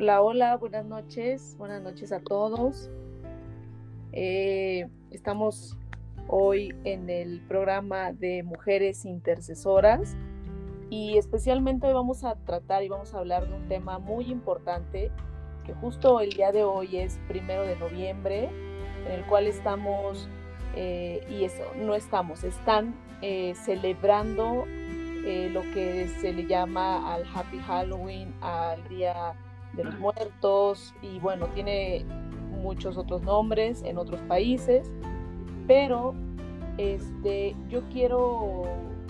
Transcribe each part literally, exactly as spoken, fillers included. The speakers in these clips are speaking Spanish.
Hola, hola, buenas noches, buenas noches a todos. Eh, estamos hoy en el programa de Mujeres Intercesoras y especialmente hoy vamos a tratar y vamos a hablar de un tema muy importante que justo el día de hoy es primero de noviembre, en el cual estamos, eh, y eso, no estamos, están eh, celebrando eh, lo que se le llama al Happy Halloween, al Día de los Muertos, y bueno, tiene muchos otros nombres en otros países, pero este, yo quiero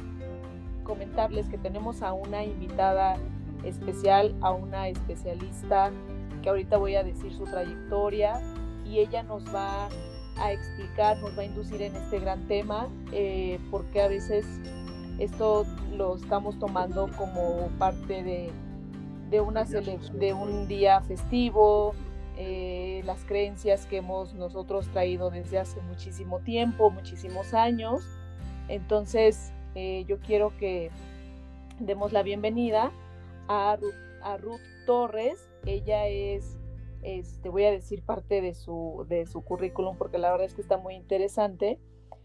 comentarles que tenemos a una invitada especial, a una especialista que ahorita voy a decir su trayectoria y ella nos va a explicar, nos va a inducir en este gran tema, eh, porque a veces esto lo estamos tomando como parte de, de, una cele- de un día festivo, eh, las creencias que hemos nosotros traído desde hace muchísimo tiempo, muchísimos años. Entonces eh, yo quiero que demos la bienvenida a Ruth, a Ruth Torres. Ella es, este, voy a decir parte de su, de su currículum porque la verdad es que está muy interesante.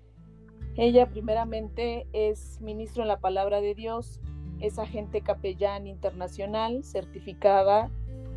Ella primeramente es ministro en la Palabra de Dios, es agente capellán internacional, certificada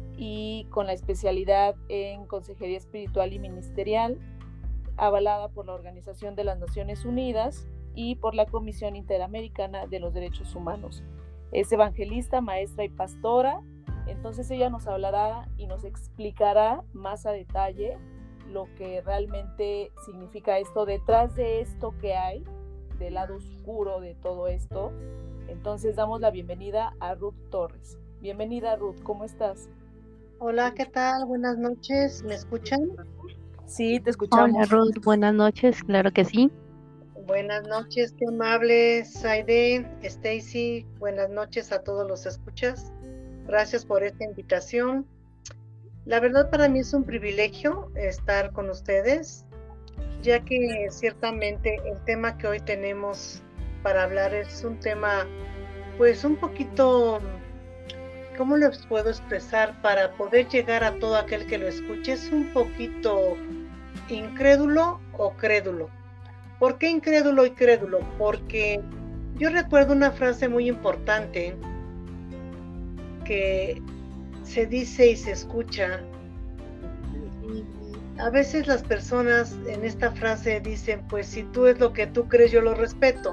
y con la especialidad en consejería espiritual y ministerial, avalada por la Organización de las Naciones Unidas y por la Comisión Interamericana de los Derechos Humanos. Es evangelista, maestra y pastora. Entonces ella nos hablará y nos explicará más a detalle lo que realmente significa esto, detrás de esto que hay, del lado oscuro de todo esto. Entonces damos la bienvenida a Ruth Torres. Bienvenida, Ruth, ¿cómo estás? Hola, ¿qué tal? Buenas noches, ¿me escuchan? Sí, te escuchamos. Hola Ruth, buenas noches, claro que sí. Buenas noches, qué amable, Saide, Stacy, buenas noches a todos los escuchas. Gracias por esta invitación. La verdad para mí es un privilegio estar con ustedes, ya que ciertamente el tema que hoy tenemos para hablar es un tema, pues un poquito, ¿cómo les puedo expresar? Para poder llegar a todo aquel que lo escuche, es un poquito incrédulo o crédulo. ¿Por qué incrédulo y crédulo? Porque yo recuerdo una frase muy importante que se dice y se escucha, y a veces las personas en esta frase dicen, pues si tú es lo que tú crees, yo lo respeto.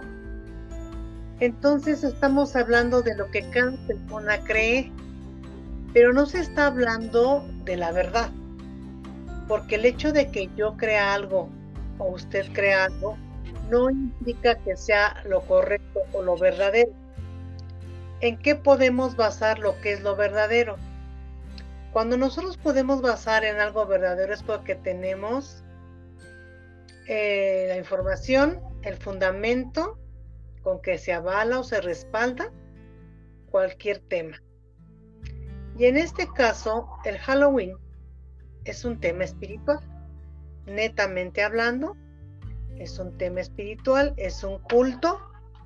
Entonces estamos hablando de lo que cada persona cree, pero no se está hablando de la verdad, porque el hecho de que yo crea algo o usted crea algo no implica que sea lo correcto o lo verdadero. ¿En qué podemos basar lo que es lo verdadero? Cuando nosotros podemos basar en algo verdadero es porque tenemos eh, la información, el fundamento con que se avala o se respalda cualquier tema. Y en este caso, el Halloween es un tema espiritual, netamente hablando, es un tema espiritual, es un culto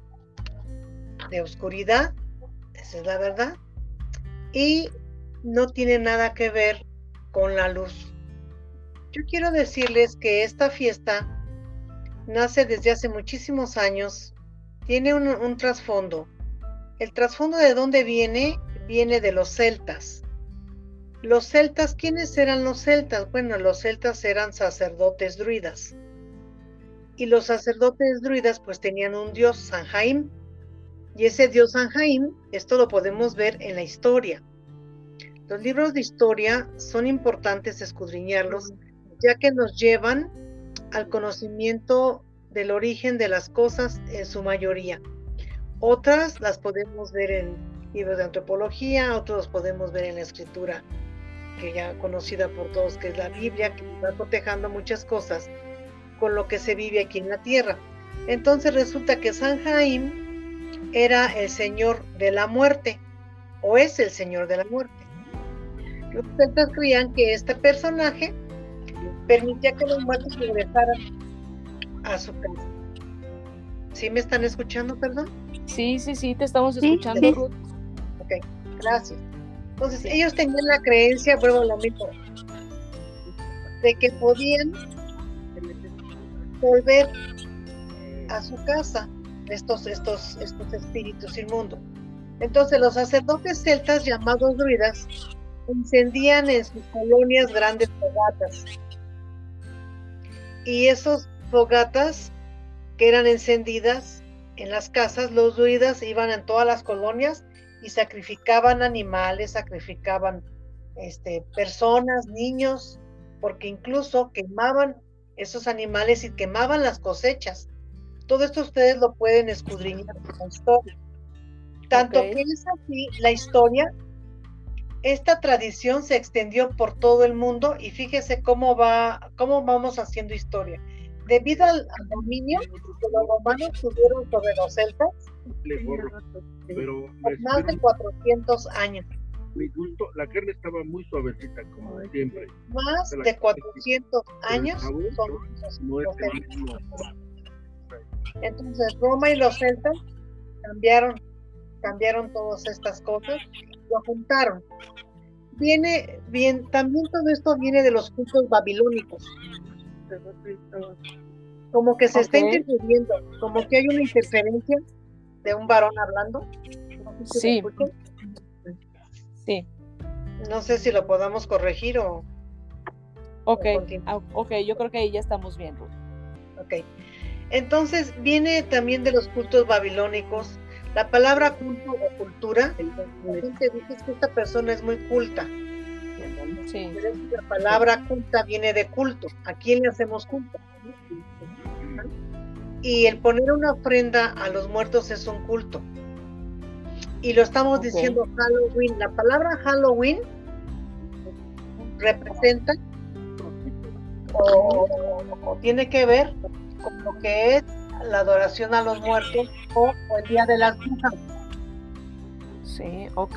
de oscuridad, esa es la verdad, y no tiene nada que ver con la luz. Yo quiero decirles que esta fiesta nace desde hace muchísimos años, tiene un, un trasfondo. El trasfondo de dónde viene, viene de los celtas. Los celtas, ¿quiénes eran los celtas? Bueno, los celtas eran sacerdotes druidas. Y los sacerdotes druidas pues tenían un dios, Samhain. Y ese dios Samhain, esto lo podemos ver en la historia. Los libros de historia son importantes escudriñarlos, ya que nos llevan al conocimiento del origen de las cosas en su mayoría. Otras las podemos ver en libros de antropología, otros los podemos ver en la escritura, que ya conocida por todos, que es la Biblia, que va cotejando muchas cosas con lo que se vive aquí en la tierra. Entonces resulta que Samhain era el señor de la muerte, o es el señor de la muerte. Los celtas creían que este personaje permitía que los muertos regresaran a su casa. ¿Sí me están escuchando, perdón? Sí, sí, sí, te estamos Sí, escuchando, sí. Ruth. Ok, gracias. Entonces, ellos tenían la creencia, vuelvo a lo mismo, de que podían volver a su casa estos, estos, estos espíritus inmundos. Entonces, los sacerdotes celtas, llamados druidas, encendían en sus colonias grandes fogatas. Y esos fogatas que eran encendidas en las casas, los druidas iban en todas las colonias y sacrificaban animales, sacrificaban este, personas, niños, porque incluso quemaban esos animales y quemaban las cosechas. Todo esto ustedes lo pueden escudriñar en la historia. Tanto okay. que es así, la historia, esta tradición se extendió por todo el mundo y fíjese cómo va, cómo vamos haciendo historia. Debido al, al dominio que los romanos tuvieron sobre los celtas, pero por más de cuatrocientos años. Mi gusto, la carne estaba muy suavecita, como siempre. Más de cuatrocientos años sabor, son no, los no celtas. Entonces Roma y los celtas cambiaron, cambiaron todas estas cosas, lo juntaron. Viene bien, también todo esto viene de los cultos babilónicos. Como que se okay. está interfiriendo, como que hay una interferencia de un varón hablando. No sé si sí. Sí. No sé si lo podamos corregir o. Ok, o ok, yo creo que ahí ya estamos bien, Ruth. Ok. Entonces viene también de los cultos babilónicos. La palabra culto o cultura, la gente dice que esta persona es muy culta. Sí. La palabra culta viene de culto. ¿A quién le hacemos culto? Y el poner una ofrenda a los muertos es un culto. Y lo estamos okay. diciendo Halloween. La palabra Halloween representa o, o tiene que ver con lo que es la adoración a los muertos o, o el Día de las Brujas. Sí, ok.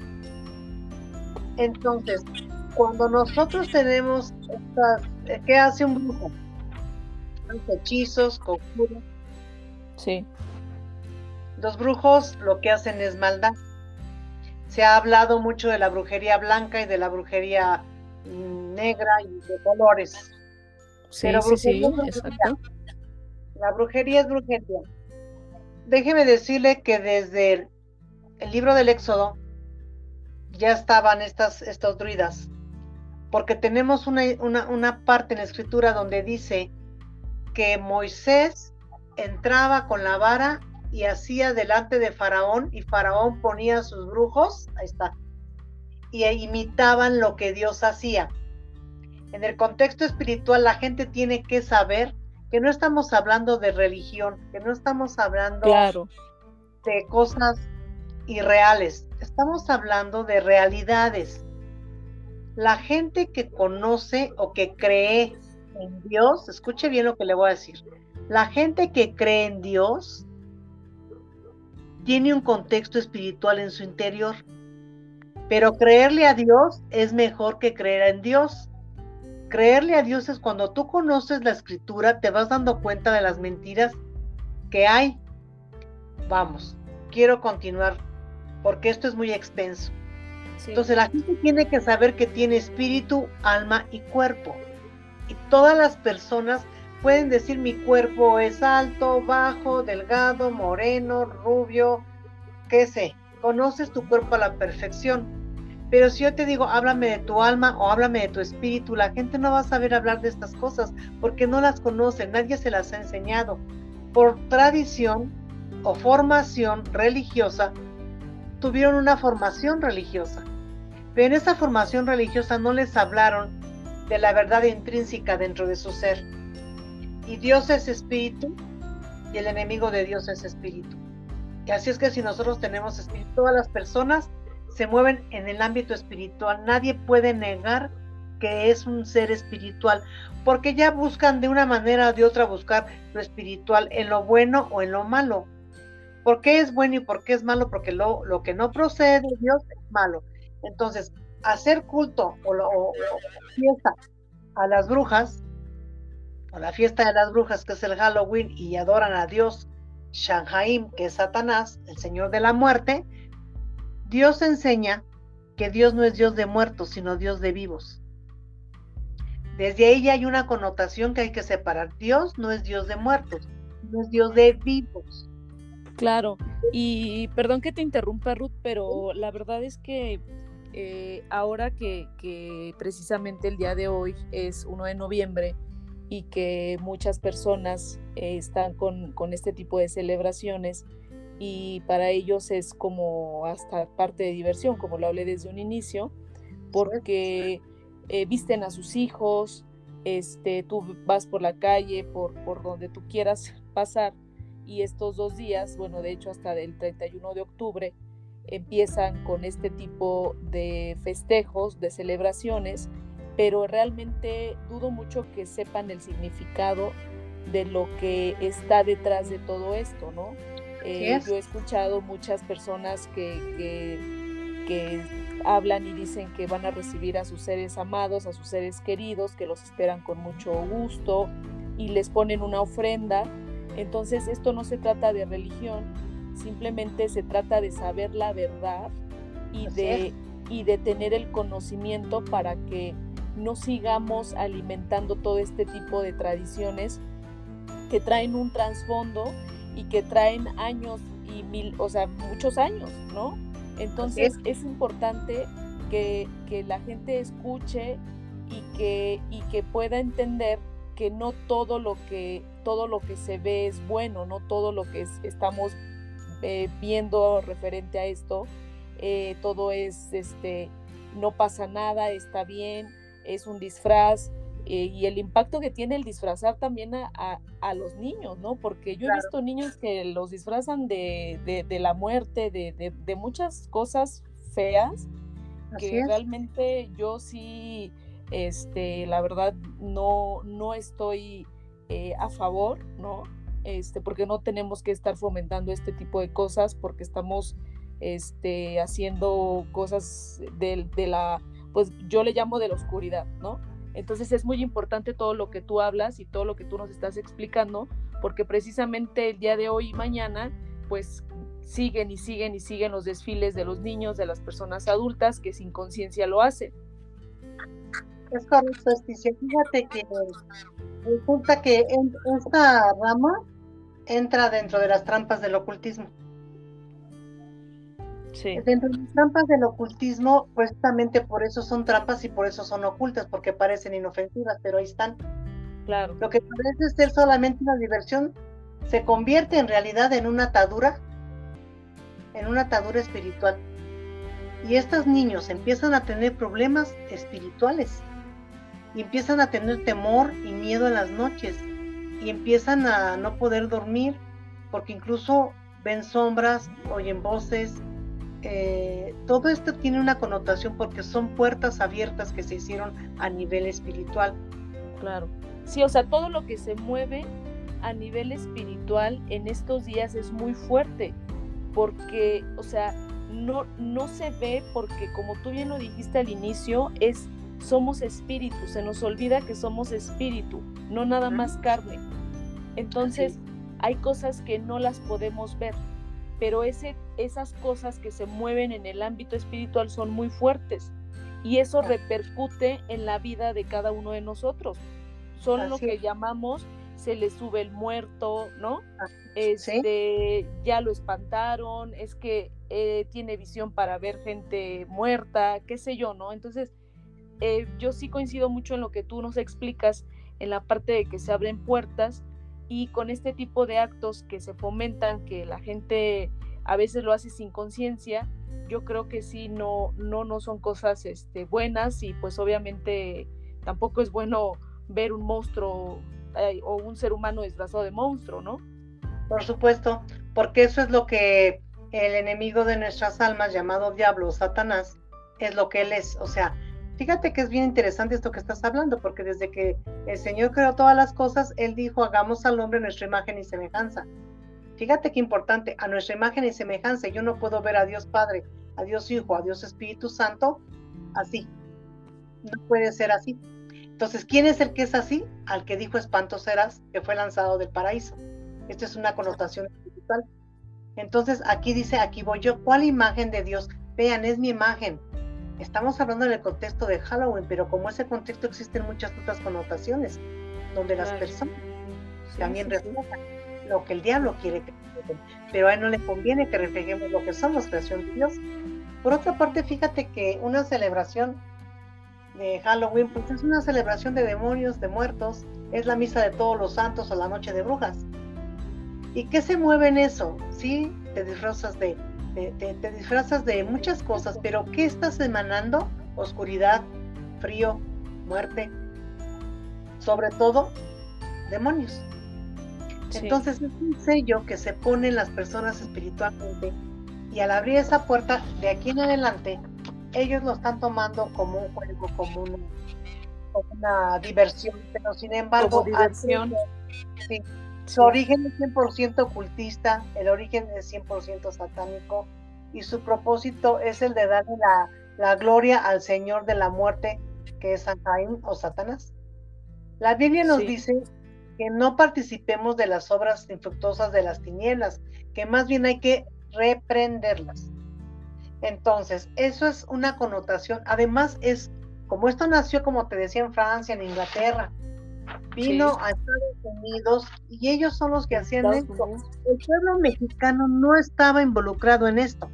Entonces, cuando nosotros tenemos estas, ¿qué hace un brujo? Hace hechizos, conjuros. Sí. Los brujos lo que hacen es maldad. Se ha hablado mucho de la brujería blanca y de la brujería negra y de colores. Sí, Pero sí, sí, es exacto. La brujería es brujería. Déjeme decirle que desde el, el libro del Éxodo ya estaban estas, estos druidas, porque tenemos una, una, una parte en la escritura donde dice que Moisés entraba con la vara y hacía delante de Faraón, y Faraón ponía a sus brujos, ahí está, y imitaban lo que Dios hacía. En el contexto espiritual la gente tiene que saber que no estamos hablando de religión, que no estamos hablando claro. de cosas irreales, estamos hablando de realidades. La gente que conoce o que cree en Dios, escuche bien lo que le voy a decir, la gente que cree en Dios tiene un contexto espiritual en su interior, pero creerle a Dios es mejor que creer en Dios. Creerle a Dios es cuando tú conoces la escritura, te vas dando cuenta de las mentiras que hay. Vamos, quiero continuar porque esto es muy extenso. Sí. Entonces la gente tiene que saber que tiene espíritu, alma y cuerpo. Y todas las personas pueden decir mi cuerpo es alto, bajo, delgado, moreno, rubio, qué sé. Conoces tu cuerpo a la perfección. Pero si yo te digo, háblame de tu alma o háblame de tu espíritu, la gente no va a saber hablar de estas cosas porque no las conoce, nadie se las ha enseñado. Por tradición o formación religiosa, tuvieron una formación religiosa, pero en esa formación religiosa no les hablaron de la verdad intrínseca dentro de su ser. Y Dios es espíritu y el enemigo de Dios es espíritu. Y así es que si nosotros tenemos espíritu, todas las personas se mueven en el ámbito espiritual. Nadie puede negar que es un ser espiritual, porque ya buscan de una manera o de otra buscar lo espiritual en lo bueno o en lo malo. ¿Por qué es bueno y por qué es malo? Porque lo, lo que no procede de Dios es malo. Entonces, hacer culto o, lo, o, o fiesta a las brujas, o la fiesta de las brujas, que es el Halloween, y adoran a Dios Shanhaim, que es Satanás, el señor de la muerte, Dios enseña que Dios no es Dios de muertos, sino Dios de vivos. Desde ahí ya hay una connotación que hay que separar. Dios no es Dios de muertos, no es Dios de vivos. Claro, y perdón que te interrumpa, Ruth, pero la verdad es que eh, ahora que, que precisamente el día de hoy es uno de noviembre y que muchas personas eh, están con, con este tipo de celebraciones y para ellos es como hasta parte de diversión, como lo hablé desde un inicio, porque eh, visten a sus hijos, este, tú vas por la calle, por, por donde tú quieras pasar, y estos dos días, bueno, de hecho hasta el treinta y uno de octubre, empiezan con este tipo de festejos, de celebraciones, pero realmente dudo mucho que sepan el significado de lo que está detrás de todo esto, ¿no? Eh, yo he escuchado muchas personas que, que, que hablan y dicen que van a recibir a sus seres amados, a sus seres queridos, que los esperan con mucho gusto y les ponen una ofrenda. Entonces esto no se trata de religión, simplemente se trata de saber la verdad y de, y de tener el conocimiento para que no sigamos alimentando todo este tipo de tradiciones que traen un trasfondo y que traen años y mil, o sea, muchos años, ¿no? Entonces es importante que, que la gente escuche y que, y que pueda entender que no todo lo que, todo lo que se ve es bueno, no todo lo que es, estamos eh, viendo referente a esto, eh, todo es, este, no pasa nada, está bien, es un disfraz, eh, y el impacto que tiene el disfrazar también a, a, a los niños, ¿no? Porque yo claro. he visto niños que los disfrazan de, de, de la muerte, de, de, de muchas cosas feas, Así que es. Realmente yo sí... Este, la verdad no, no estoy eh, a favor, ¿no? Este, porque no tenemos que estar fomentando este tipo de cosas, porque estamos este, haciendo cosas de, de la, pues yo le llamo de la oscuridad, ¿no? Entonces es muy importante todo lo que tú hablas y todo lo que tú nos estás explicando, porque precisamente el día de hoy y mañana, pues siguen y siguen y siguen los desfiles de los niños, de las personas adultas que sin conciencia lo hacen. Es correcto, Esticia. Fíjate que resulta que en esta rama entra dentro de las trampas del ocultismo. Sí. Dentro de las trampas del ocultismo, precisamente por eso son trampas y por eso son ocultas, porque parecen inofensivas, pero ahí están. Claro. Lo que parece ser solamente una diversión se convierte en realidad en una atadura, en una atadura espiritual. Y estos niños empiezan a tener problemas espirituales. Y empiezan a tener temor y miedo en las noches y empiezan a no poder dormir porque incluso ven sombras, oyen voces, eh, todo esto tiene una connotación porque son puertas abiertas que se hicieron a nivel espiritual. Claro, sí, o sea, todo lo que se mueve a nivel espiritual en estos días es muy fuerte porque, o sea, no, no se ve porque como tú bien lo dijiste al inicio, es somos espíritu, se nos olvida que somos espíritu, no nada más carne. Entonces, hay cosas que no las podemos ver, pero ese, esas cosas que se mueven en el ámbito espiritual son muy fuertes y eso repercute en la vida de cada uno de nosotros. Son Así lo que es. llamamos, se le sube el muerto, ¿no? Este, ¿Sí? Ya lo espantaron, es que eh, tiene visión para ver gente muerta, qué sé yo, ¿no? Entonces, Eh, yo sí coincido mucho en lo que tú nos explicas en la parte de que se abren puertas y con este tipo de actos que se fomentan, que la gente a veces lo hace sin conciencia, yo creo que sí no, no, no son cosas este, buenas y pues obviamente tampoco es bueno ver un monstruo eh, o un ser humano disfrazado de monstruo, ¿no? Por supuesto, porque eso es lo que el enemigo de nuestras almas llamado diablo, Satanás, es lo que él es, o sea, fíjate que es bien interesante esto que estás hablando, porque desde que el Señor creó todas las cosas, Él dijo, hagamos al hombre nuestra imagen y semejanza. Fíjate qué importante, a nuestra imagen y semejanza. Yo no puedo ver a Dios Padre, a Dios Hijo, a Dios Espíritu Santo, así. No puede ser así. Entonces, ¿quién es el que es así? Al que dijo espanto serás, que fue lanzado del paraíso. Esto es una connotación espiritual. Entonces, aquí dice, aquí voy yo. ¿Cuál imagen de Dios? Vean, es mi imagen. Estamos hablando del contexto de Halloween, pero como ese contexto existen muchas otras connotaciones, donde las Claro. personas Sí, también sí, sí. reflejan lo que el diablo quiere que reflejen, pero a él no le conviene que reflejemos lo que somos, creación de Dios. Por otra parte, fíjate que una celebración de Halloween, pues es una celebración de demonios, de muertos, es la misa de todos los santos o la noche de brujas. ¿Y qué se mueve en eso? Sí, te disfrazas de, de, de- te disfrazas de muchas cosas, pero ¿qué estás emanando? Oscuridad, frío, muerte, sobre todo demonios. Sí. Entonces es un sello que se pone en las personas espiritualmente, y al abrir esa puerta, de aquí en adelante, ellos lo están tomando como un juego, como una, como una diversión, pero sin embargo, Como diversión. antes, sí, Sí. su origen es cien por ciento ocultista, el origen es cien por ciento satánico, y su propósito es el de darle la, la gloria al Señor de la muerte, que es Sanhaim o Satanás. La Biblia nos Sí. dice que no participemos de las obras infructuosas de las tinieblas, que más bien hay que reprenderlas. Entonces, eso es una connotación. Además, es como esto nació, como te decía, en Francia, en Inglaterra, vino Sí. a Estados Unidos, y ellos son los que En hacían Estados esto. Unidos. El pueblo mexicano no estaba involucrado en esto.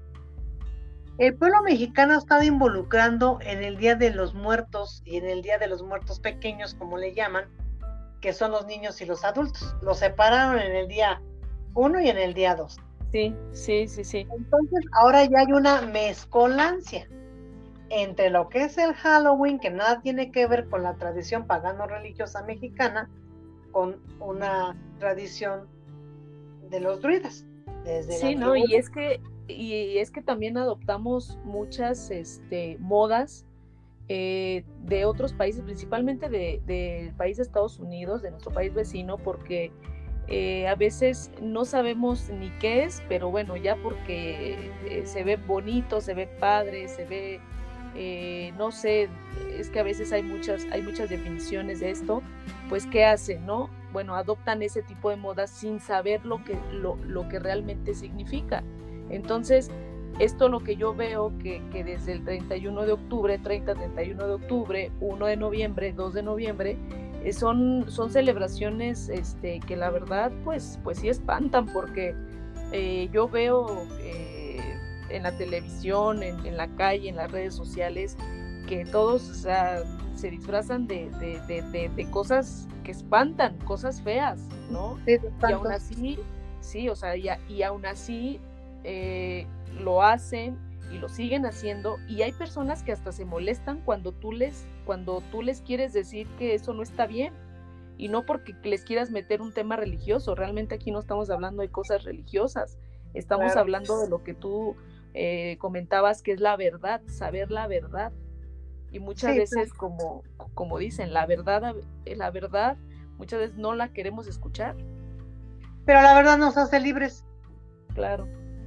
El pueblo mexicano ha estado involucrando en el Día de los Muertos y en el Día de los Muertos Pequeños, como le llaman, que son los niños y los adultos. Los separaron en el día uno y en el día dos. Sí, sí, sí, sí. Entonces, ahora ya hay una mezcolancia entre lo que es el Halloween, que nada tiene que ver con la tradición pagano-religiosa mexicana, con una tradición de los druidas. Desde Sí, la no, y antigüedad. es que, y es que también adoptamos muchas este, modas eh, de otros países, principalmente de- del país de Estados Unidos, de nuestro país vecino, porque eh, a veces no sabemos ni qué es, pero bueno, ya porque eh, se ve bonito, se ve padre, se ve, eh, no sé, es que a veces hay muchas, hay muchas definiciones de esto, pues ¿qué hacen, no? Bueno, adoptan ese tipo de modas sin saber lo que, lo, lo que realmente significa. Entonces, esto lo que yo veo que, que desde el treinta y uno de octubre, treinta, treinta y uno de octubre, uno de noviembre, dos de noviembre, eh, son, son celebraciones este, que la verdad pues, pues sí espantan, porque eh, yo veo eh, en la televisión, en, en la calle, en las redes sociales, que todos, o sea, se disfrazan de, de, de, de, de cosas que espantan, cosas feas, ¿no? Sí, de Y aún tantos. así, sí, o sea, y, a- y aún así eh, lo hacen y lo siguen haciendo, y hay personas que hasta se molestan cuando tú les, cuando tú les quieres decir que eso no está bien, y no porque les quieras meter un tema religioso. Realmente aquí no estamos hablando de cosas religiosas, estamos Claro. hablando de lo que tú eh, comentabas, que es la verdad, saber la verdad. Y muchas Sí, veces, como, como dicen, la verdad, la verdad, muchas veces no la queremos escuchar. pero la verdad nos hace libres. Claro,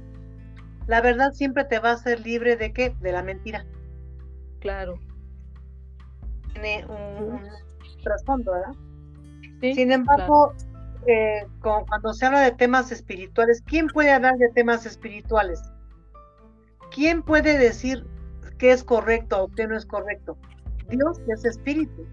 La verdad siempre te va a hacer libre de qué? De la mentira. claro. Tiene un, un trasfondo, ¿verdad? Sí, Sin claro. embargo, eh, con- cuando se habla de temas espirituales, ¿quién puede hablar de temas espirituales? ¿Quién puede decir qué es correcto o qué no es correcto? Dios, que es espíritu.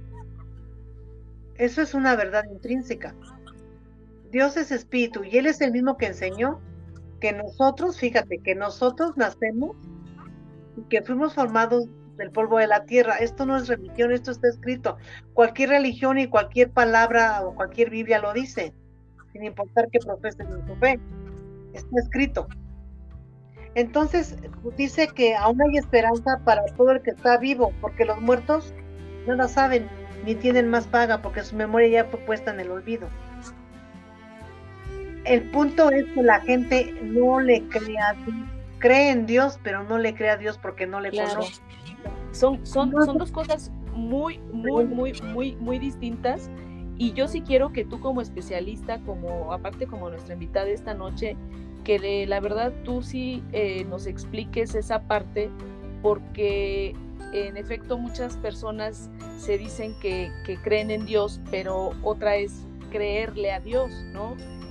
Eso es una verdad intrínseca. Dios es espíritu, y Él es el mismo que enseñó que nosotros, fíjate, que nosotros nacemos y que fuimos formados del polvo de la tierra. Esto no es religión, esto está escrito. Cualquier religión y cualquier palabra o cualquier Biblia lo dice, sin importar que profesen en su fe. Está escrito. Entonces, dice que aún hay esperanza para todo el que está vivo, porque los muertos no la saben, ni tienen más paga, porque su memoria ya fue puesta en el olvido. El punto es que la gente no le cree a Dios. Cree en Dios, pero no le cree a Dios porque no le Claro. conoce. Son, son, No, son dos cosas muy, muy, muy, muy, muy distintas. Y yo sí quiero que tú, como especialista, como aparte como nuestra invitada esta noche, que de, la verdad tú sí eh, nos expliques esa parte, porque en efecto muchas personas se dicen que, que creen en Dios, pero otra es creerle a Dios, ¿no?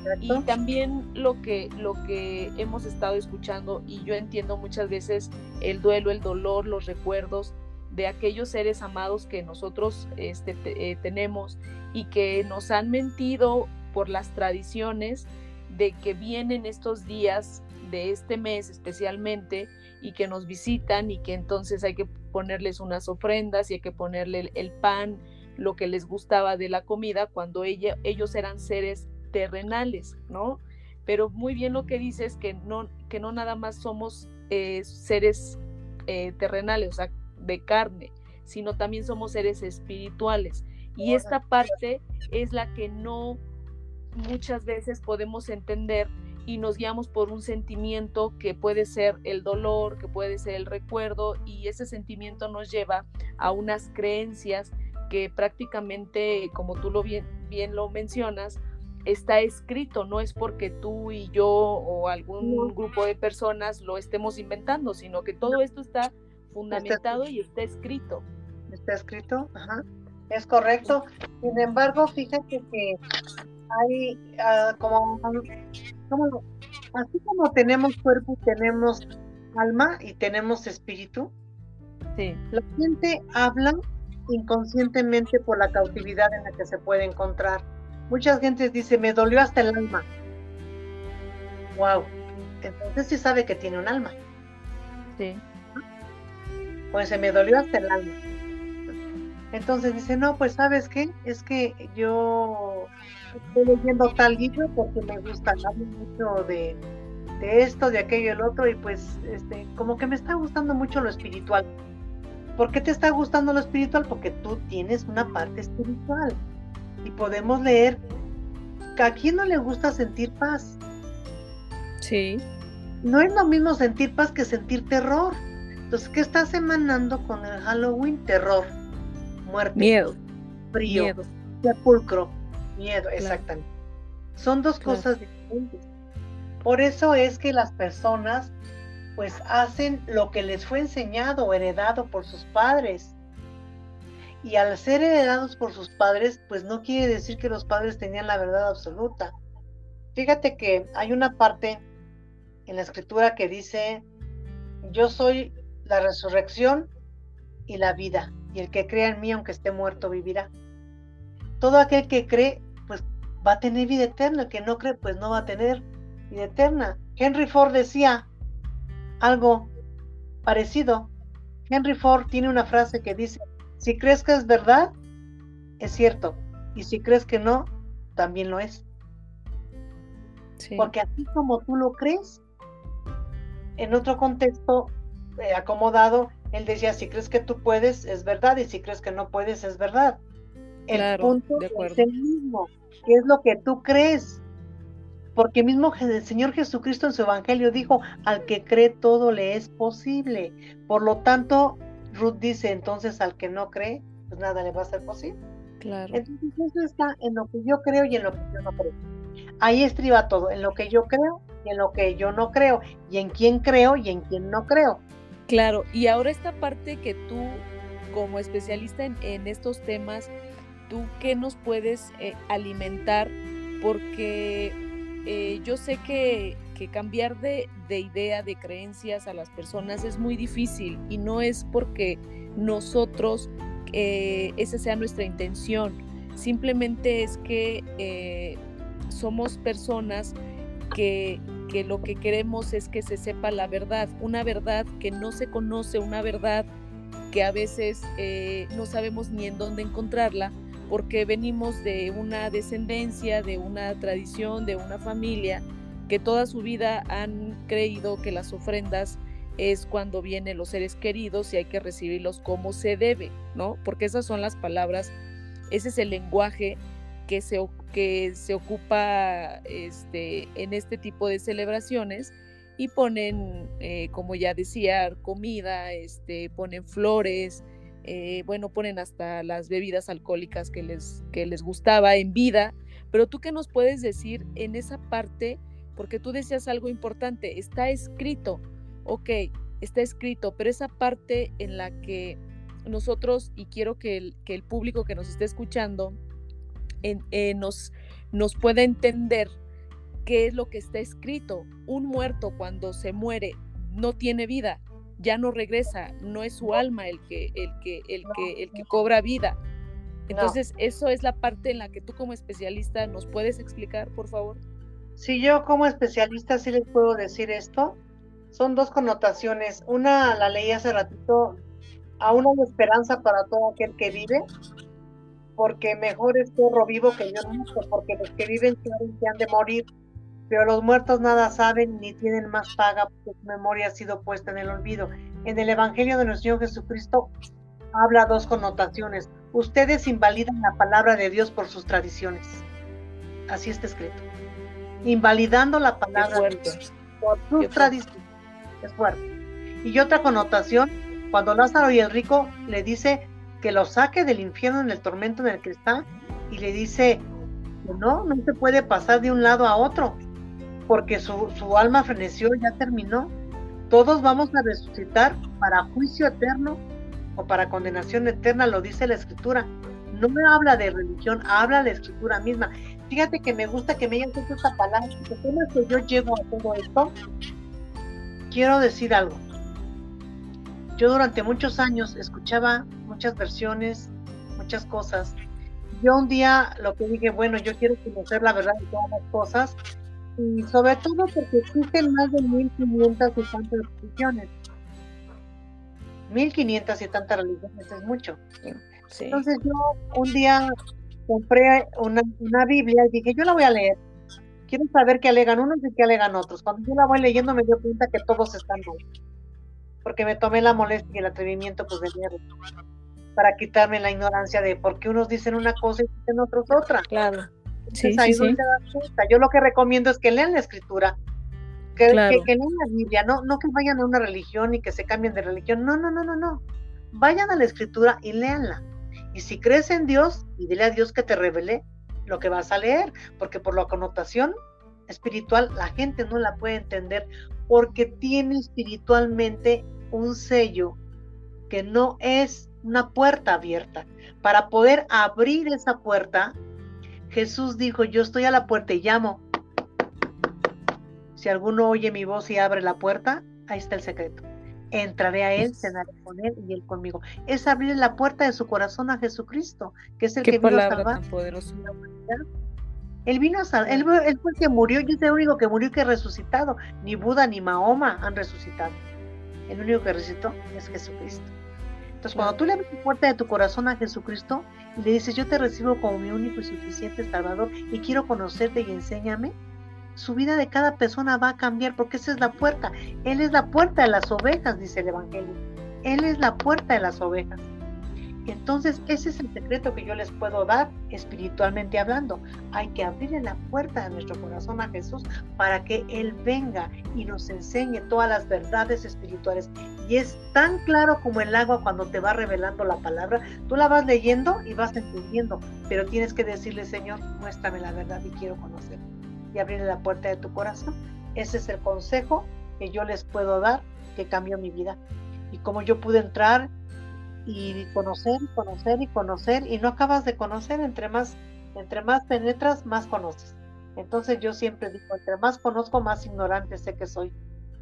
Y también lo que, lo que hemos estado escuchando, y yo entiendo muchas veces el duelo, el dolor, los recuerdos de aquellos seres amados que nosotros este, te, eh, tenemos y que nos han mentido por las tradiciones de que vienen estos días de este mes especialmente y que nos visitan y que entonces hay que ponerles unas ofrendas y hay que ponerle el, el pan, lo que les gustaba de la comida cuando ella, ellos eran seres terrenales, ¿no? Pero muy bien lo que dices, que no, que no nada más somos eh, seres eh, terrenales, o sea, de carne, sino también somos seres espirituales. Y esta parte es la que no muchas veces podemos entender y nos guiamos por un sentimiento que puede ser el dolor, que puede ser el recuerdo, y ese sentimiento nos lleva a unas creencias que prácticamente, como tú lo bien, bien lo mencionas, está escrito, no es porque tú y yo o algún no. grupo de personas lo estemos inventando, sino que todo esto está fundamentado está, y está escrito. Está escrito, ajá, es correcto. Sin embargo, fíjate que hay uh, como, como así como tenemos cuerpo, tenemos alma y tenemos espíritu. Sí. La gente habla inconscientemente por la cautividad en la que se puede encontrar. Muchas gentes dicen, me dolió hasta el alma. Wow, entonces sí sabe que tiene un alma. Sí. Pues se me dolió hasta el alma. Entonces dice, no, pues ¿sabes qué? Es que yo estoy leyendo tal libro porque me gusta, hablo mucho de, de esto, de aquello, el otro, y pues este, como que me está gustando mucho lo espiritual. ¿Por qué te está gustando lo espiritual? Porque tú tienes una parte espiritual. Y podemos leer, ¿a quién no le gusta sentir paz? Sí. No es lo mismo sentir paz que sentir terror. Entonces, ¿qué estás emanando con el Halloween? Terror, muerte, miedo, frío, miedo. sepulcro, miedo, claro. Exactamente. Son dos claro. cosas diferentes. Por eso es que las personas pues hacen lo que les fue enseñado o heredado por sus padres. Y al ser heredados por sus padres, pues no quiere decir que los padres tenían la verdad absoluta. Fíjate que hay una parte en la escritura que dice, yo soy la resurrección y la vida, y el que crea en mí, aunque esté muerto, vivirá. Todo aquel que cree, pues va a tener vida eterna, el que no cree, pues no va a tener vida eterna. Henry Ford decía algo parecido. Henry Ford tiene una frase que dice, si crees que es verdad, es cierto, y si crees que no, también lo es. Sí. Porque así como tú lo crees, en otro contexto eh, acomodado, él decía, si crees que tú puedes, es verdad, y si crees que no puedes, es verdad. El claro, punto es el mismo, que es lo que tú crees. Porque mismo el Señor Jesucristo en su Evangelio dijo, al que cree todo le es posible. Por lo tanto, Ruth dice, entonces al que no cree, pues nada le va a ser posible. Claro. Entonces eso está en lo que yo creo y en lo que yo no creo. Ahí estriba todo, en lo que yo creo y en lo que yo no creo, y en quién creo y en quién no creo. Claro, y ahora esta parte que tú, como especialista en, en estos temas, ¿tú qué nos puedes eh, alimentar? Porque eh, yo sé que, que cambiar de, de idea, de creencias a las personas es muy difícil, y no es porque nosotros, eh, esa sea nuestra intención, simplemente es que eh, somos personas que, que lo que queremos es que se sepa la verdad, una verdad que no se conoce, una verdad que a veces eh, no sabemos ni en dónde encontrarla, porque venimos de una descendencia, de una tradición, de una familia que toda su vida han creído que las ofrendas es cuando vienen los seres queridos y hay que recibirlos como se debe, ¿no? Porque esas son las palabras, ese es el lenguaje que se, que se ocupa este, en este tipo de celebraciones, y ponen, eh, como ya decía, comida, este, ponen flores, eh, bueno, ponen hasta las bebidas alcohólicas que les, que les gustaba en vida. Pero tú, ¿qué nos puedes decir en esa parte? Porque tú decías algo importante, está escrito, ok, está escrito, pero esa parte en la que nosotros, y quiero que el, que el público que nos esté escuchando en, eh, nos, nos pueda entender ¿qué es lo que está escrito? Un muerto cuando se muere no tiene vida, ya no regresa, no es su alma el que, el que, el que, el que cobra vida. Entonces, no. Eso es la parte en la que tú como especialista nos puedes explicar, por favor. Sí, yo como especialista sí les puedo decir esto. Son dos connotaciones. Una la leí hace ratito, aún hay esperanza para todo aquel que vive, porque mejor es perro vivo que yo muerto, porque los que viven saben que han de morir, pero los muertos nada saben ni tienen más paga, porque su memoria ha sido puesta en el olvido. En el Evangelio de nuestro Señor Jesucristo habla dos connotaciones. Ustedes invalidan la palabra de Dios por sus tradiciones. Así está escrito. Invalidando la palabra de Dios por sus tradiciones. Es fuerte. Y otra connotación, cuando Lázaro y el rico le dice que lo saque del infierno en el tormento en el que está, y le dice que no, no se puede pasar de un lado a otro, porque su, su alma freneció, ya terminó. Todos vamos a resucitar para juicio eterno o para condenación eterna, lo dice la Escritura. No me habla de religión, habla la Escritura misma. Fíjate que me gusta que me hayan puesto esta palabra, porque ¿cómo es que yo llego a todo esto? Quiero decir algo. Yo durante muchos años escuchaba muchas versiones, muchas cosas. Yo un día lo que dije, bueno, yo quiero conocer la verdad de todas las cosas, y sobre todo porque existen más de mil quinientas y tantas religiones. mil quinientas y tantas religiones es mucho. Sí. Entonces yo un día compré una, una Biblia y dije, yo la voy a leer. Quiero saber qué alegan unos y qué alegan otros. Cuando yo la voy leyendo me doy cuenta que todos están mal, porque me tomé la molestia y el atrevimiento pues de leer, para quitarme la ignorancia de por qué unos dicen una cosa y dicen otros otra. Claro. Entonces, sí, ahí sí, sí. Te das cuenta. Yo lo que recomiendo es que lean la Escritura, que, claro. que, que lean la Biblia, no, no que vayan a una religión y que se cambien de religión. No, no, no, no, no. Vayan a la Escritura y léanla. Y si crees en Dios, y dile a Dios que te revele lo que vas a leer, porque por la connotación espiritual la gente no la puede entender, porque tiene espiritualmente un sello que no es una puerta abierta. Para poder abrir esa puerta, Jesús dijo, yo estoy a la puerta y llamo. Si alguno oye mi voz y abre la puerta, ahí está el secreto. Entraré a él, cenaré con él y él conmigo. Es abrir la puerta de su corazón a Jesucristo, que es el Qué que vino a salvar. Tan poderoso. Él vino a salvar, él, él fue el que murió, y es el único que murió y que ha resucitado. Ni Buda ni Mahoma han resucitado. El único que resucitó es Jesucristo. Entonces, cuando tú le abres la puerta de tu corazón a Jesucristo y le dices, yo te recibo como mi único y suficiente Salvador y quiero conocerte y enséñame, su vida de cada persona va a cambiar, porque esa es la puerta. Él es la puerta de las ovejas, dice el Evangelio. Él es la puerta de las ovejas. Entonces, ese es el secreto que yo les puedo dar espiritualmente hablando. Hay que abrirle la puerta de nuestro corazón a Jesús para que Él venga y nos enseñe todas las verdades espirituales. Y es tan claro como el agua cuando te va revelando la palabra. Tú la vas leyendo y vas entendiendo, pero tienes que decirle, Señor, muéstrame la verdad y quiero conocer. Y abrirle la puerta de tu corazón. Ese es el consejo que yo les puedo dar, que cambió mi vida. Y como yo pude entrar y conocer, conocer y conocer, y no acabas de conocer, entre más, entre más penetras, más conoces. Entonces yo siempre digo, entre más conozco, más ignorante sé que soy.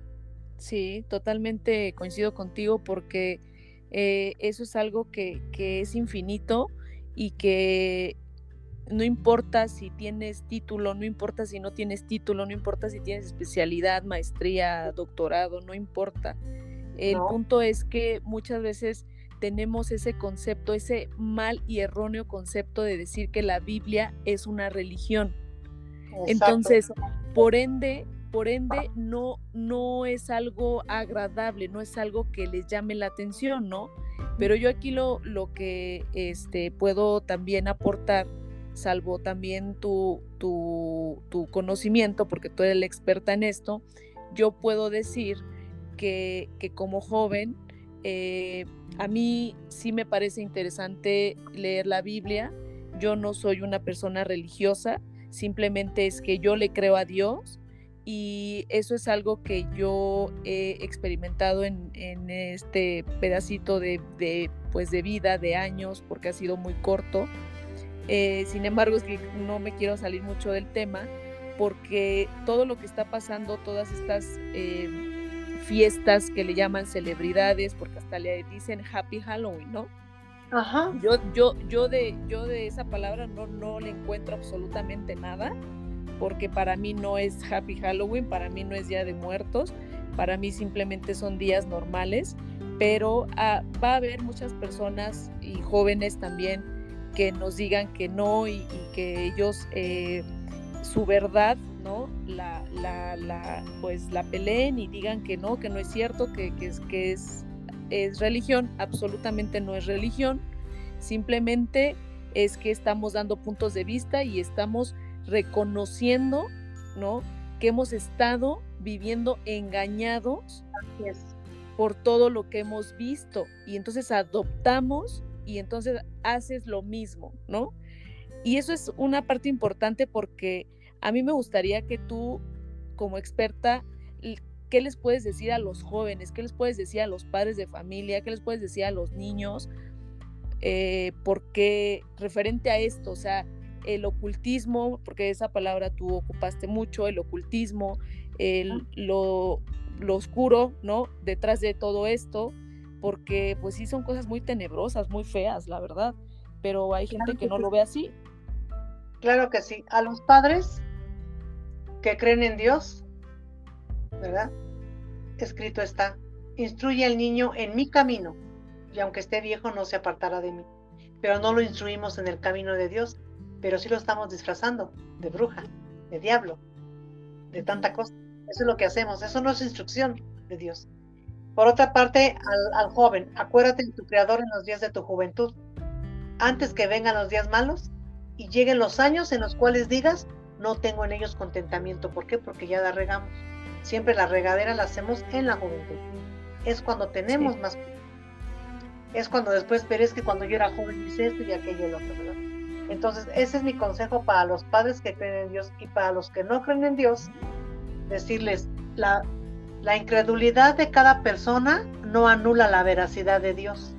Sí, totalmente coincido contigo, porque eh, eso es algo que, que es infinito, y que no importa si tienes título, no importa si no tienes título, no importa si tienes especialidad, maestría, doctorado, no importa. El No. punto es que muchas veces tenemos ese concepto, ese mal y erróneo concepto de decir que la Biblia es una religión. Exacto. Entonces, por ende, por ende no, no es algo agradable, no es algo que les llame la atención, ¿no? Pero yo aquí lo, lo que este, puedo también aportar, salvo también tu, tu, tu conocimiento, porque tú eres la experta en esto, yo puedo decir que, que como joven, eh, a mí sí me parece interesante leer la Biblia. Yo no soy una persona religiosa, simplemente es que yo le creo a Dios, y eso es algo que yo he experimentado en, en este pedacito de, de, pues de vida, de años, porque ha sido muy corto. Eh, sin embargo, es que no me quiero salir mucho del tema, porque todo lo que está pasando, todas estas eh, fiestas que le llaman celebridades, porque hasta le dicen Happy Halloween, ¿no? Ajá. Yo, yo, yo, de, yo de esa palabra no, no le encuentro absolutamente nada, porque para mí no es Happy Halloween, para mí no es Día de Muertos, para mí simplemente son días normales, pero ah, va a haber muchas personas y jóvenes también que nos digan que no y, y que ellos eh, su verdad, ¿no? La, la, la, pues la peleen y digan que no, que no es cierto, que, que, es, que es, es religión. Absolutamente no es religión, simplemente es que estamos dando puntos de vista y estamos reconociendo, ¿no? Que hemos estado viviendo engañados por todo lo que hemos visto, y entonces adoptamos y entonces haces lo mismo, ¿no? Y eso es una parte importante, porque a mí me gustaría que tú, como experta, ¿qué les puedes decir a los jóvenes? ¿Qué les puedes decir a los padres de familia? ¿Qué les puedes decir a los niños? Eh, porque referente a esto, o sea, el ocultismo, porque esa palabra tú ocupaste mucho, el ocultismo, el, lo, lo oscuro, ¿no? Detrás de todo esto, porque pues sí son cosas muy tenebrosas, muy feas, la verdad, pero hay gente que no lo ve así. Claro que sí. A los padres que creen en Dios, ¿verdad? Escrito está: instruye al niño en mi camino, y aunque esté viejo no se apartará de mí. Pero no lo instruimos en el camino de Dios, pero sí lo estamos disfrazando de bruja, de diablo, de tanta cosa. Eso es lo que hacemos, eso no es instrucción de Dios. Por otra parte, al, al joven, acuérdate de tu Creador en los días de tu juventud, antes que vengan los días malos y lleguen los años en los cuales digas, no tengo en ellos contentamiento. ¿Por qué? Porque ya la regamos. Siempre la regadera la hacemos en la juventud. Es cuando tenemos sí. más. Es cuando después verás que cuando yo era joven hice esto y aquello y lo otro, ¿verdad? Entonces, ese es mi consejo para los padres que creen en Dios, y para los que no creen en Dios, decirles, la, la incredulidad de cada persona no anula la veracidad de Dios.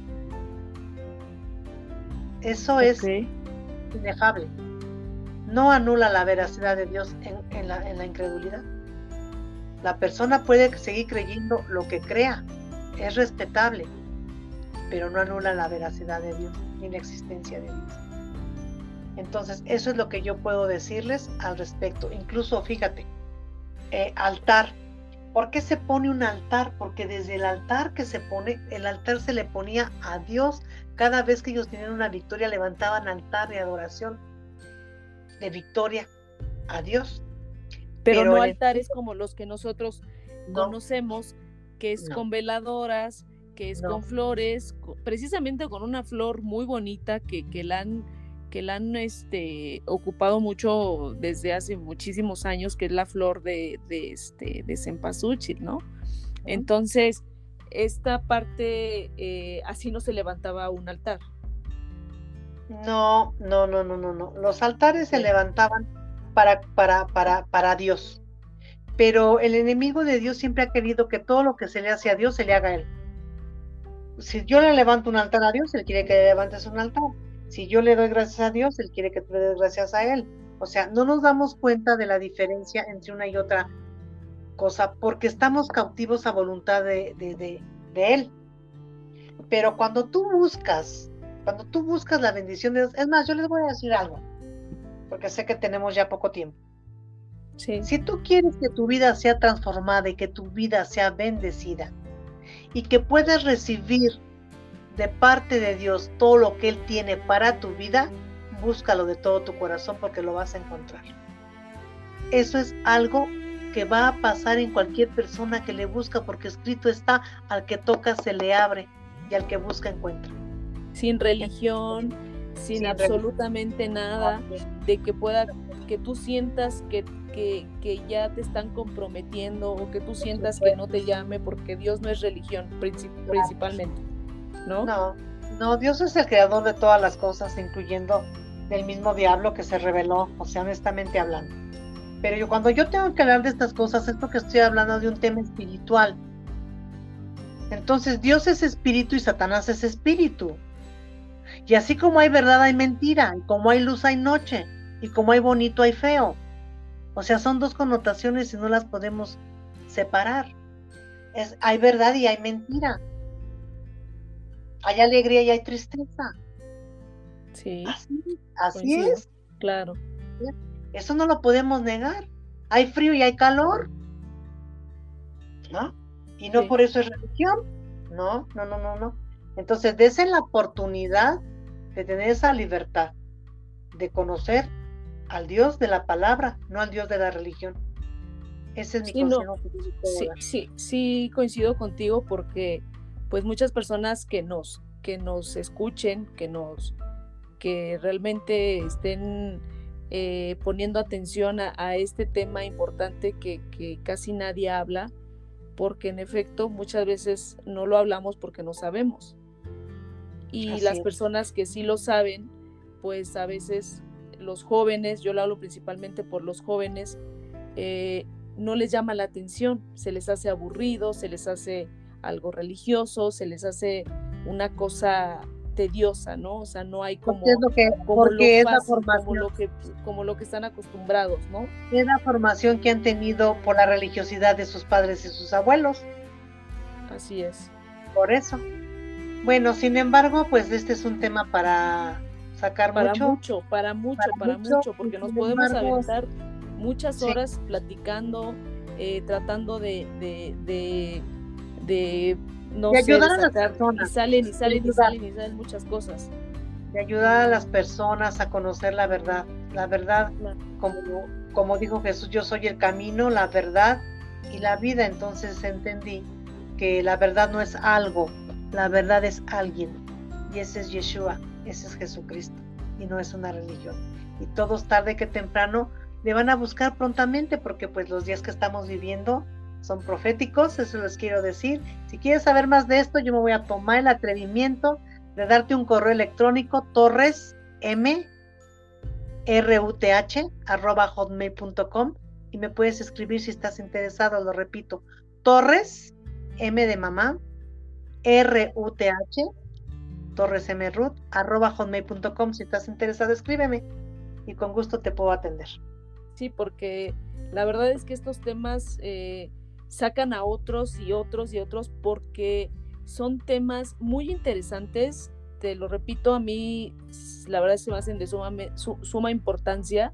Eso okay. es inefable. No anula la veracidad de Dios en, en, la, en la incredulidad. La persona puede seguir creyendo lo que crea, es respetable, pero no anula la veracidad de Dios ni la existencia de Dios. Entonces, eso es lo que yo puedo decirles al respecto. Incluso, fíjate, eh, altar. ¿Por qué se pone un altar? Porque desde el altar que se pone, el altar se le ponía a Dios. Cada vez que ellos tenían una victoria, levantaban altar de adoración, de victoria a Dios. Pero, Pero no altares como los que nosotros no, conocemos, que es no. con veladoras, que es no. con flores, precisamente con una flor muy bonita que, que la han, que la han este, ocupado mucho desde hace muchísimos años, que es la flor de, de, este, de cempasúchil, ¿no? Uh-huh. Entonces, esta parte, eh, así no se levantaba un altar. No, no, no, no, no, no. Los altares sí. se levantaban para, para, para, para Dios. Pero el enemigo de Dios siempre ha querido que todo lo que se le hace a Dios se le haga a él. Si yo le levanto un altar a Dios, él quiere que le levantes un altar. Si yo le doy gracias a Dios, él quiere que tú le des gracias a él. O sea, no nos damos cuenta de la diferencia entre una y otra cosa, porque estamos cautivos a voluntad de, de, de, de él. Pero cuando tú buscas, cuando tú buscas la bendición de Dios, es más, yo les voy a decir algo, porque sé que tenemos ya poco tiempo. Sí. Si tú quieres que tu vida sea transformada y que tu vida sea bendecida, y que puedas recibir de parte de Dios todo lo que Él tiene para tu vida, búscalo de todo tu corazón, porque lo vas a encontrar. Eso es algo que va a pasar en cualquier persona que le busca, porque escrito está: al que toca se le abre y al que busca encuentra. Sin religión, sin, sin absolutamente religión. Nada, de que pueda, que tú sientas que, que, que ya te están comprometiendo, o que tú sientas que no te llame, porque Dios no es religión princip- principalmente, ¿no? No, no, Dios es el creador de todas las cosas, incluyendo del mismo diablo que se reveló, o sea, honestamente hablando. Pero yo, cuando yo tengo que hablar de estas cosas, es porque estoy hablando de un tema espiritual. Entonces, Dios es espíritu y Satanás es espíritu. Y así como hay verdad, hay mentira, y como hay luz, hay noche, y como hay bonito, hay feo. O sea, son dos connotaciones y no las podemos separar. Es, hay verdad y hay mentira. Hay alegría y hay tristeza. Sí, Así, así coincido, es. claro. Eso no lo podemos negar. Hay frío y hay calor, ¿no? Y no Sí. por eso es religión. No, no, no, no, no. Entonces, desen la oportunidad de tener esa libertad, de conocer al Dios de la palabra, no al Dios de la religión. Ese es mi Sí, no, consejo que yo puedo sí, dar. sí, sí coincido contigo porque pues muchas personas que nos, que nos escuchen, que nos, que realmente estén eh, poniendo atención a, a este tema importante que, que casi nadie habla, porque en efecto muchas veces no lo hablamos porque no sabemos. Y Así las es. personas que sí lo saben, pues a veces los jóvenes, yo lo hablo principalmente por los jóvenes, eh, no les llama la atención, se les hace aburrido, se les hace algo religioso, se les hace una cosa tediosa, ¿no? O sea, no hay como, Porque es lo que, como porque lo es la fácil, como formación, lo que, como lo que están acostumbrados, ¿no? es la formación que han tenido por la religiosidad de sus padres y sus abuelos. Así es. Por eso. Bueno, sin embargo, pues este es un tema para sacar Para mucho, mucho, para mucho, para para mucho, mucho, y porque nos sin podemos embargo, aventar muchas sí. horas platicando, eh, tratando de, de, de, de, no De sé, ayudar de a las sacar, y personas, salen y de salen y ayudar. salen y salen muchas cosas. de ayudar a las personas a conocer la verdad. La verdad, Claro. como, como dijo Jesús, yo soy el camino, la verdad y la vida. Entonces entendí que la verdad no es algo, la verdad es alguien. Y ese es Yeshua, ese es Jesucristo. Y no es una religión. Y todos tarde que temprano le van a buscar prontamente, porque pues los días que estamos viviendo son proféticos, eso les quiero decir. Si quieres saber más de esto, yo me voy a tomar el atrevimiento de darte un correo electrónico, torres m ruth arroba hotmail punto com, y me puedes escribir si estás interesado. Lo repito, torres m de mamá ruth torres m ruth arroba hotmail punto com. Si estás interesado, escríbeme y con gusto te puedo atender. Sí, porque la verdad es que estos temas eh, sacan a otros y otros y otros porque son temas muy interesantes. Te lo repito, a mí la verdad se me hacen de suma, su, suma importancia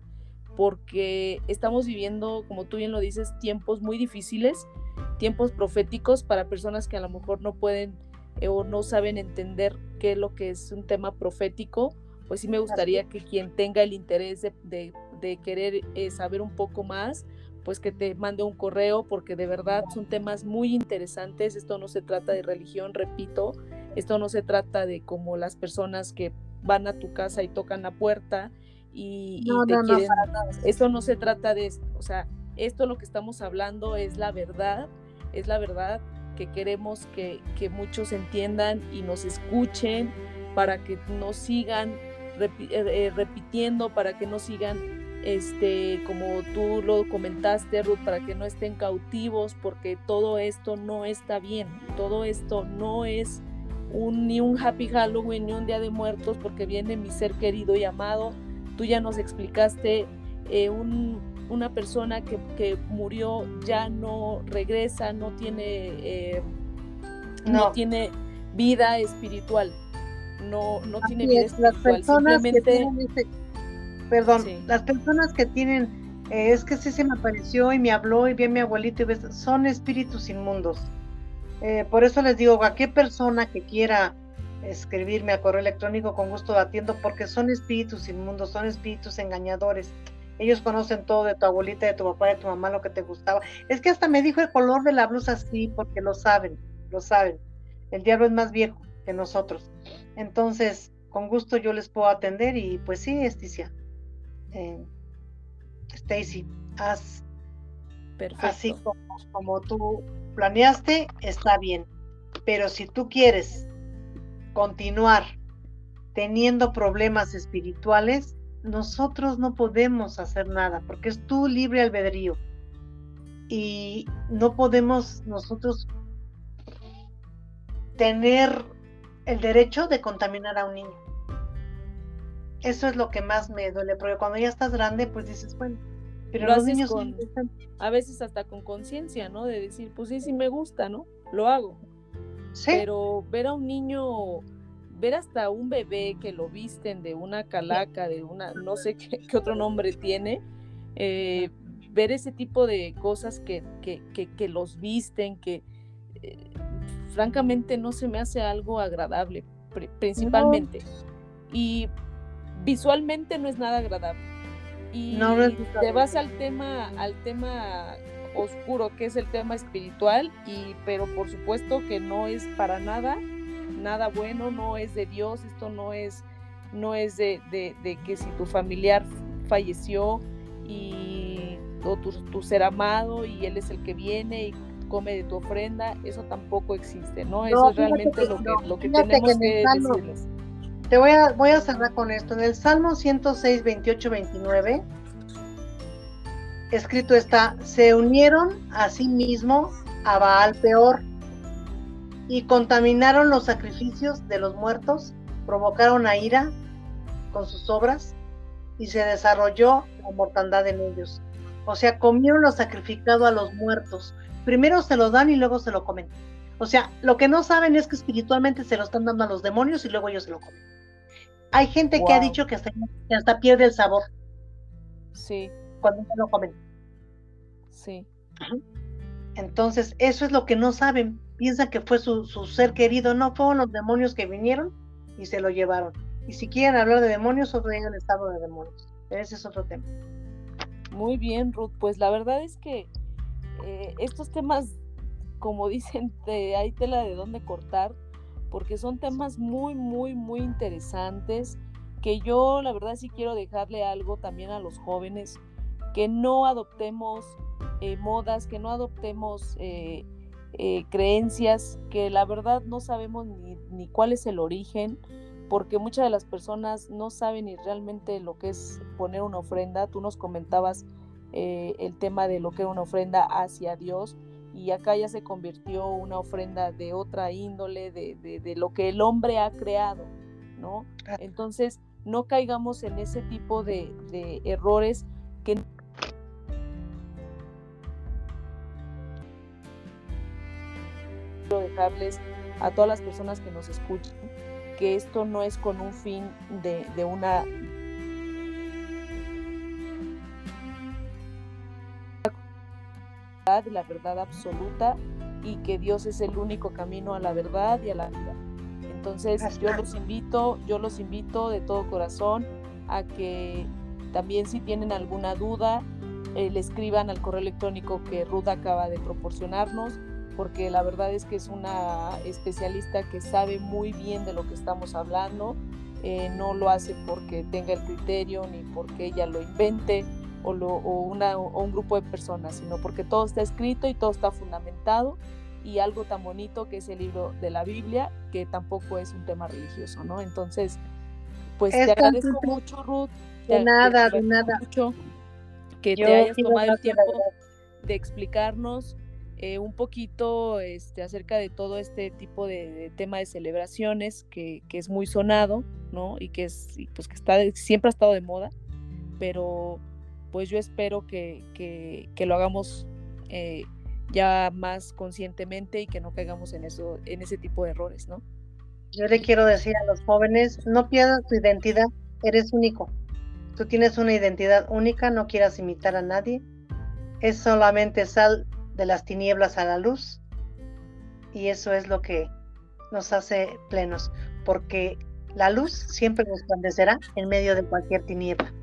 porque estamos viviendo, como tú bien lo dices, tiempos muy difíciles, tiempos proféticos para personas que a lo mejor no pueden eh, o no saben entender qué es lo que es un tema profético. Pues sí me gustaría que quien tenga el interés de, de, de querer eh, saber un poco más, pues que te mande un correo, porque de verdad son temas muy interesantes. Esto no se trata de religión, repito, esto no se trata de como las personas que van a tu casa y tocan la puerta y, no, y te no, quieren, no, para nada. Esto no se trata de esto, o sea, esto lo que estamos hablando es la verdad, es la verdad que queremos que, que muchos entiendan y nos escuchen para que nos sigan repi- eh, repitiendo, para que no sigan, este, como tú lo comentaste, Ruth, para que no estén cautivos, porque todo esto no está bien, todo esto no es un, ni un Happy Halloween, ni un Día de Muertos, porque viene mi ser querido y amado. Tú ya nos explicaste, eh, un, una persona que, que murió ya no regresa, no tiene, eh, no. no tiene vida espiritual. No, no tiene vida es, espiritual, las personas simplemente... que tienen ese, perdón, sí. las personas que tienen, eh, es que sí se me apareció y me habló y vi a mi abuelito y ves, son espíritus inmundos. Eh, por eso les digo, a qué persona que quiera escribirme a correo electrónico, con gusto atiendo, porque son espíritus inmundos, son espíritus engañadores. Ellos conocen todo de tu abuelita, de tu papá, de tu mamá, lo que te gustaba. Es que hasta me dijo el color de la blusa, sí, porque lo saben, lo saben. El diablo es más viejo que nosotros. Entonces, con gusto yo les puedo atender y pues sí, Esticia. Eh, Stacy, haz Perfecto. Así como, como tú planeaste, está bien. Pero si tú quieres continuar teniendo problemas espirituales, nosotros no podemos hacer nada, porque es tu libre albedrío. Y no podemos nosotros tener el derecho de contaminar a un niño. Eso es lo que más me duele, porque cuando ya estás grande, pues dices, bueno, Pero lo los haces niños con, a veces hasta con conciencia, ¿no? De decir, pues sí, sí me gusta, ¿no? Lo hago. sí, Pero ver a un niño, ver hasta un bebé que lo visten de una calaca, de una, no sé qué, qué otro nombre tiene, eh, ver ese tipo de cosas que, que, que, que los visten, que eh, francamente no se me hace algo agradable, pr- principalmente. Y visualmente no es nada agradable. Y no, no es te vas al tema, al tema oscuro, que es el tema espiritual, y pero por supuesto que no es para nada, nada bueno, no es de Dios, esto no es, no es de, de, de que si tu familiar falleció y o tu, tu ser amado y él es el que viene y come de tu ofrenda, eso tampoco existe, ¿no? Eso No, es fíjate realmente que, lo que, no, lo que fíjate que tenemos en el que Salmo, decirles. te voy a, voy a cerrar con esto. En el Salmo ciento seis, veintiocho, veintinueve, escrito está: se unieron a sí mismo a Baal Peor y contaminaron los sacrificios de los muertos, provocaron a ira con sus obras y se desarrolló la mortandad en ellos. O sea, comieron lo sacrificado a los muertos. Primero se lo dan y luego se lo comen. O sea, lo que no saben es que espiritualmente se lo están dando a los demonios y luego ellos se lo comen. Hay gente Wow. que ha dicho que hasta, que hasta pierde el sabor Sí, cuando se lo comen. sí. Entonces, eso es lo que no saben. Piensan que fue su, su ser querido. No, fueron los demonios que vinieron y se lo llevaron. Y si quieren hablar de demonios, otro día en el estado de demonios. Ese es otro tema. Muy bien, Ruth. Pues la verdad es que eh, estos temas, como dicen, te, hay tela de dónde cortar, porque son temas muy, muy, muy interesantes, que yo la verdad sí quiero dejarle algo también a los jóvenes, que no adoptemos eh, modas, que no adoptemos eh, eh, creencias, que la verdad no sabemos ni, ni cuál es el origen, porque muchas de las personas no saben ni realmente lo que es poner una ofrenda. Tú nos comentabas eh, el tema de lo que era una ofrenda hacia Dios, y acá ya se convirtió una ofrenda de otra índole, de, de, de lo que el hombre ha creado, ¿no? Entonces, no caigamos en ese tipo de, de errores que quiero dejarles a todas las personas que nos escuchan, que esto no es con un fin de, de una la verdad absoluta, y que Dios es el único camino a la verdad y a la vida. Entonces yo los invito, yo los invito de todo corazón a que también, si tienen alguna duda, eh, le escriban al correo electrónico que Ruth acaba de proporcionarnos, porque la verdad es que es una especialista que sabe muy bien de lo que estamos hablando. Eh, no lo hace porque tenga el criterio ni porque ella lo invente o, lo, o, una, o un grupo de personas, sino porque todo está escrito y todo está fundamentado, y algo tan bonito que es el libro de la Biblia, que tampoco es un tema religioso, ¿no? Entonces, pues es te agradezco tantito, mucho, Ruth. De te, nada, te de nada. Mucho que Yo te hayas quiero tomado el darte tiempo la verdad. de explicarnos eh, un poquito este, acerca de todo este tipo de, de tema de celebraciones que, que es muy sonado, ¿no? Y que es, y pues que está de, siempre ha estado de moda, pero pues yo espero que, que, que lo hagamos eh, ya más conscientemente y que no caigamos en eso, en ese tipo de errores, ¿no? Yo le quiero decir a los jóvenes: no pierdas tu identidad, eres único. Tú tienes una identidad única, no quieras imitar a nadie. Es solamente sal de las tinieblas a la luz, y eso es lo que nos hace plenos, porque la luz siempre resplandecerá en medio de cualquier tiniebla.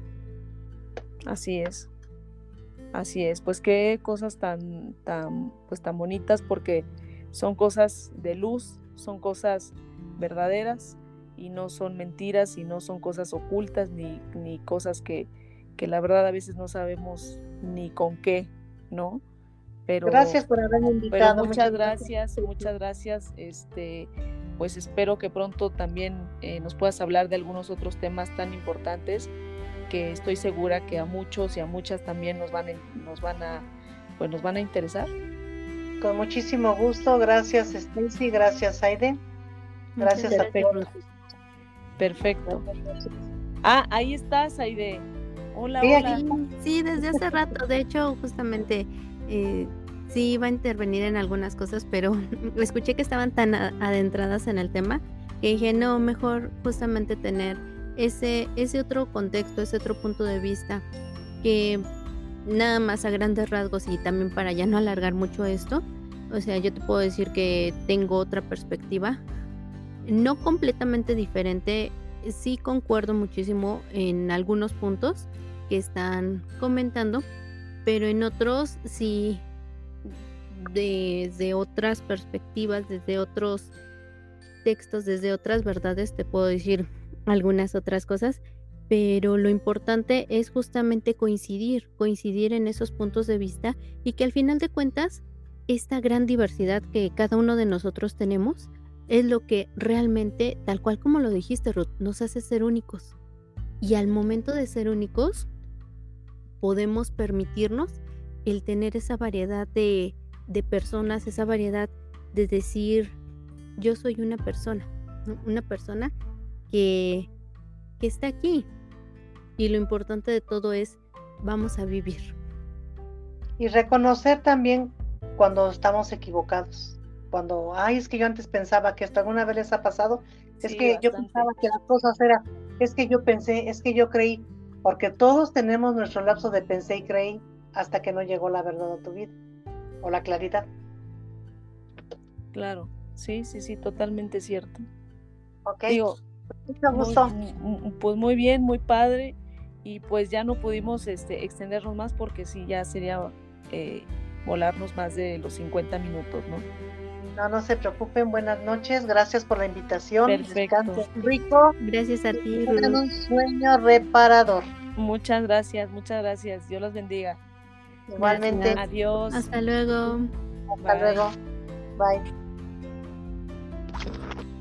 Así es, así es, pues qué cosas tan, tan, pues tan bonitas, porque son cosas de luz, son cosas verdaderas y no son mentiras y no son cosas ocultas ni, ni cosas que, que la verdad a veces no sabemos ni con qué, ¿no? Pero, gracias por haberme invitado. Pero muchas, muchas gracias, gracias, muchas gracias. Este, pues espero que pronto también eh, nos puedas hablar de algunos otros temas tan importantes que estoy segura que a muchos y a muchas también nos van a, nos van a, pues nos van a interesar. Con muchísimo gusto. Gracias, Stacy. Gracias, Aiden. Gracias, gracias a todos. Perfecto. Ah, ahí estás, Aide. Hola, Sí, hola. aquí. Sí, desde hace rato. De hecho, justamente eh, sí iba a intervenir en algunas cosas, pero escuché que estaban tan a- adentradas en el tema que dije, no, mejor justamente tener ese, ese otro contexto, ese otro punto de vista que nada más a grandes rasgos y también para ya no alargar mucho esto. O sea, yo te puedo decir que tengo otra perspectiva, no completamente diferente. Sí concuerdo muchísimo en algunos puntos que están comentando, pero en otros sí, desde otras perspectivas, desde otros textos, desde otras verdades, te puedo decir algunas otras cosas, pero lo importante es justamente coincidir, coincidir en esos puntos de vista y que al final de cuentas, esta gran diversidad que cada uno de nosotros tenemos es lo que realmente, tal cual como lo dijiste, Ruth, nos hace ser únicos. Y al momento de ser únicos, podemos permitirnos el tener esa variedad de, de personas, esa variedad de decir, yo soy una persona, ¿no? Una persona que, que está aquí. Y lo importante de todo es, vamos a vivir. Y reconocer también cuando estamos equivocados. Cuando, ay, es que yo antes pensaba que esto alguna vez les ha pasado, es Sí, que yo bastante. pensaba que las cosas eran, es que yo pensé, es que yo creí, porque todos tenemos nuestro lapso de pensé y creí hasta que no llegó la verdad a tu vida o la claridad. Claro, sí, sí, sí, totalmente cierto. ¿Ok? Digo, Mucho muy, gusto. mm, pues muy bien, muy padre, y pues ya no pudimos este, extendernos más porque sí, ya sería eh, volarnos más de los cincuenta minutos, ¿no? No, no se preocupen. Buenas noches. Gracias por la invitación. Perfecto. Descansen rico. Gracias a ti, Tengan Ruth. un sueño reparador. Muchas gracias, muchas gracias. Dios los bendiga. Igualmente. Gracias. Adiós. Hasta luego. Hasta Bye. luego. Bye.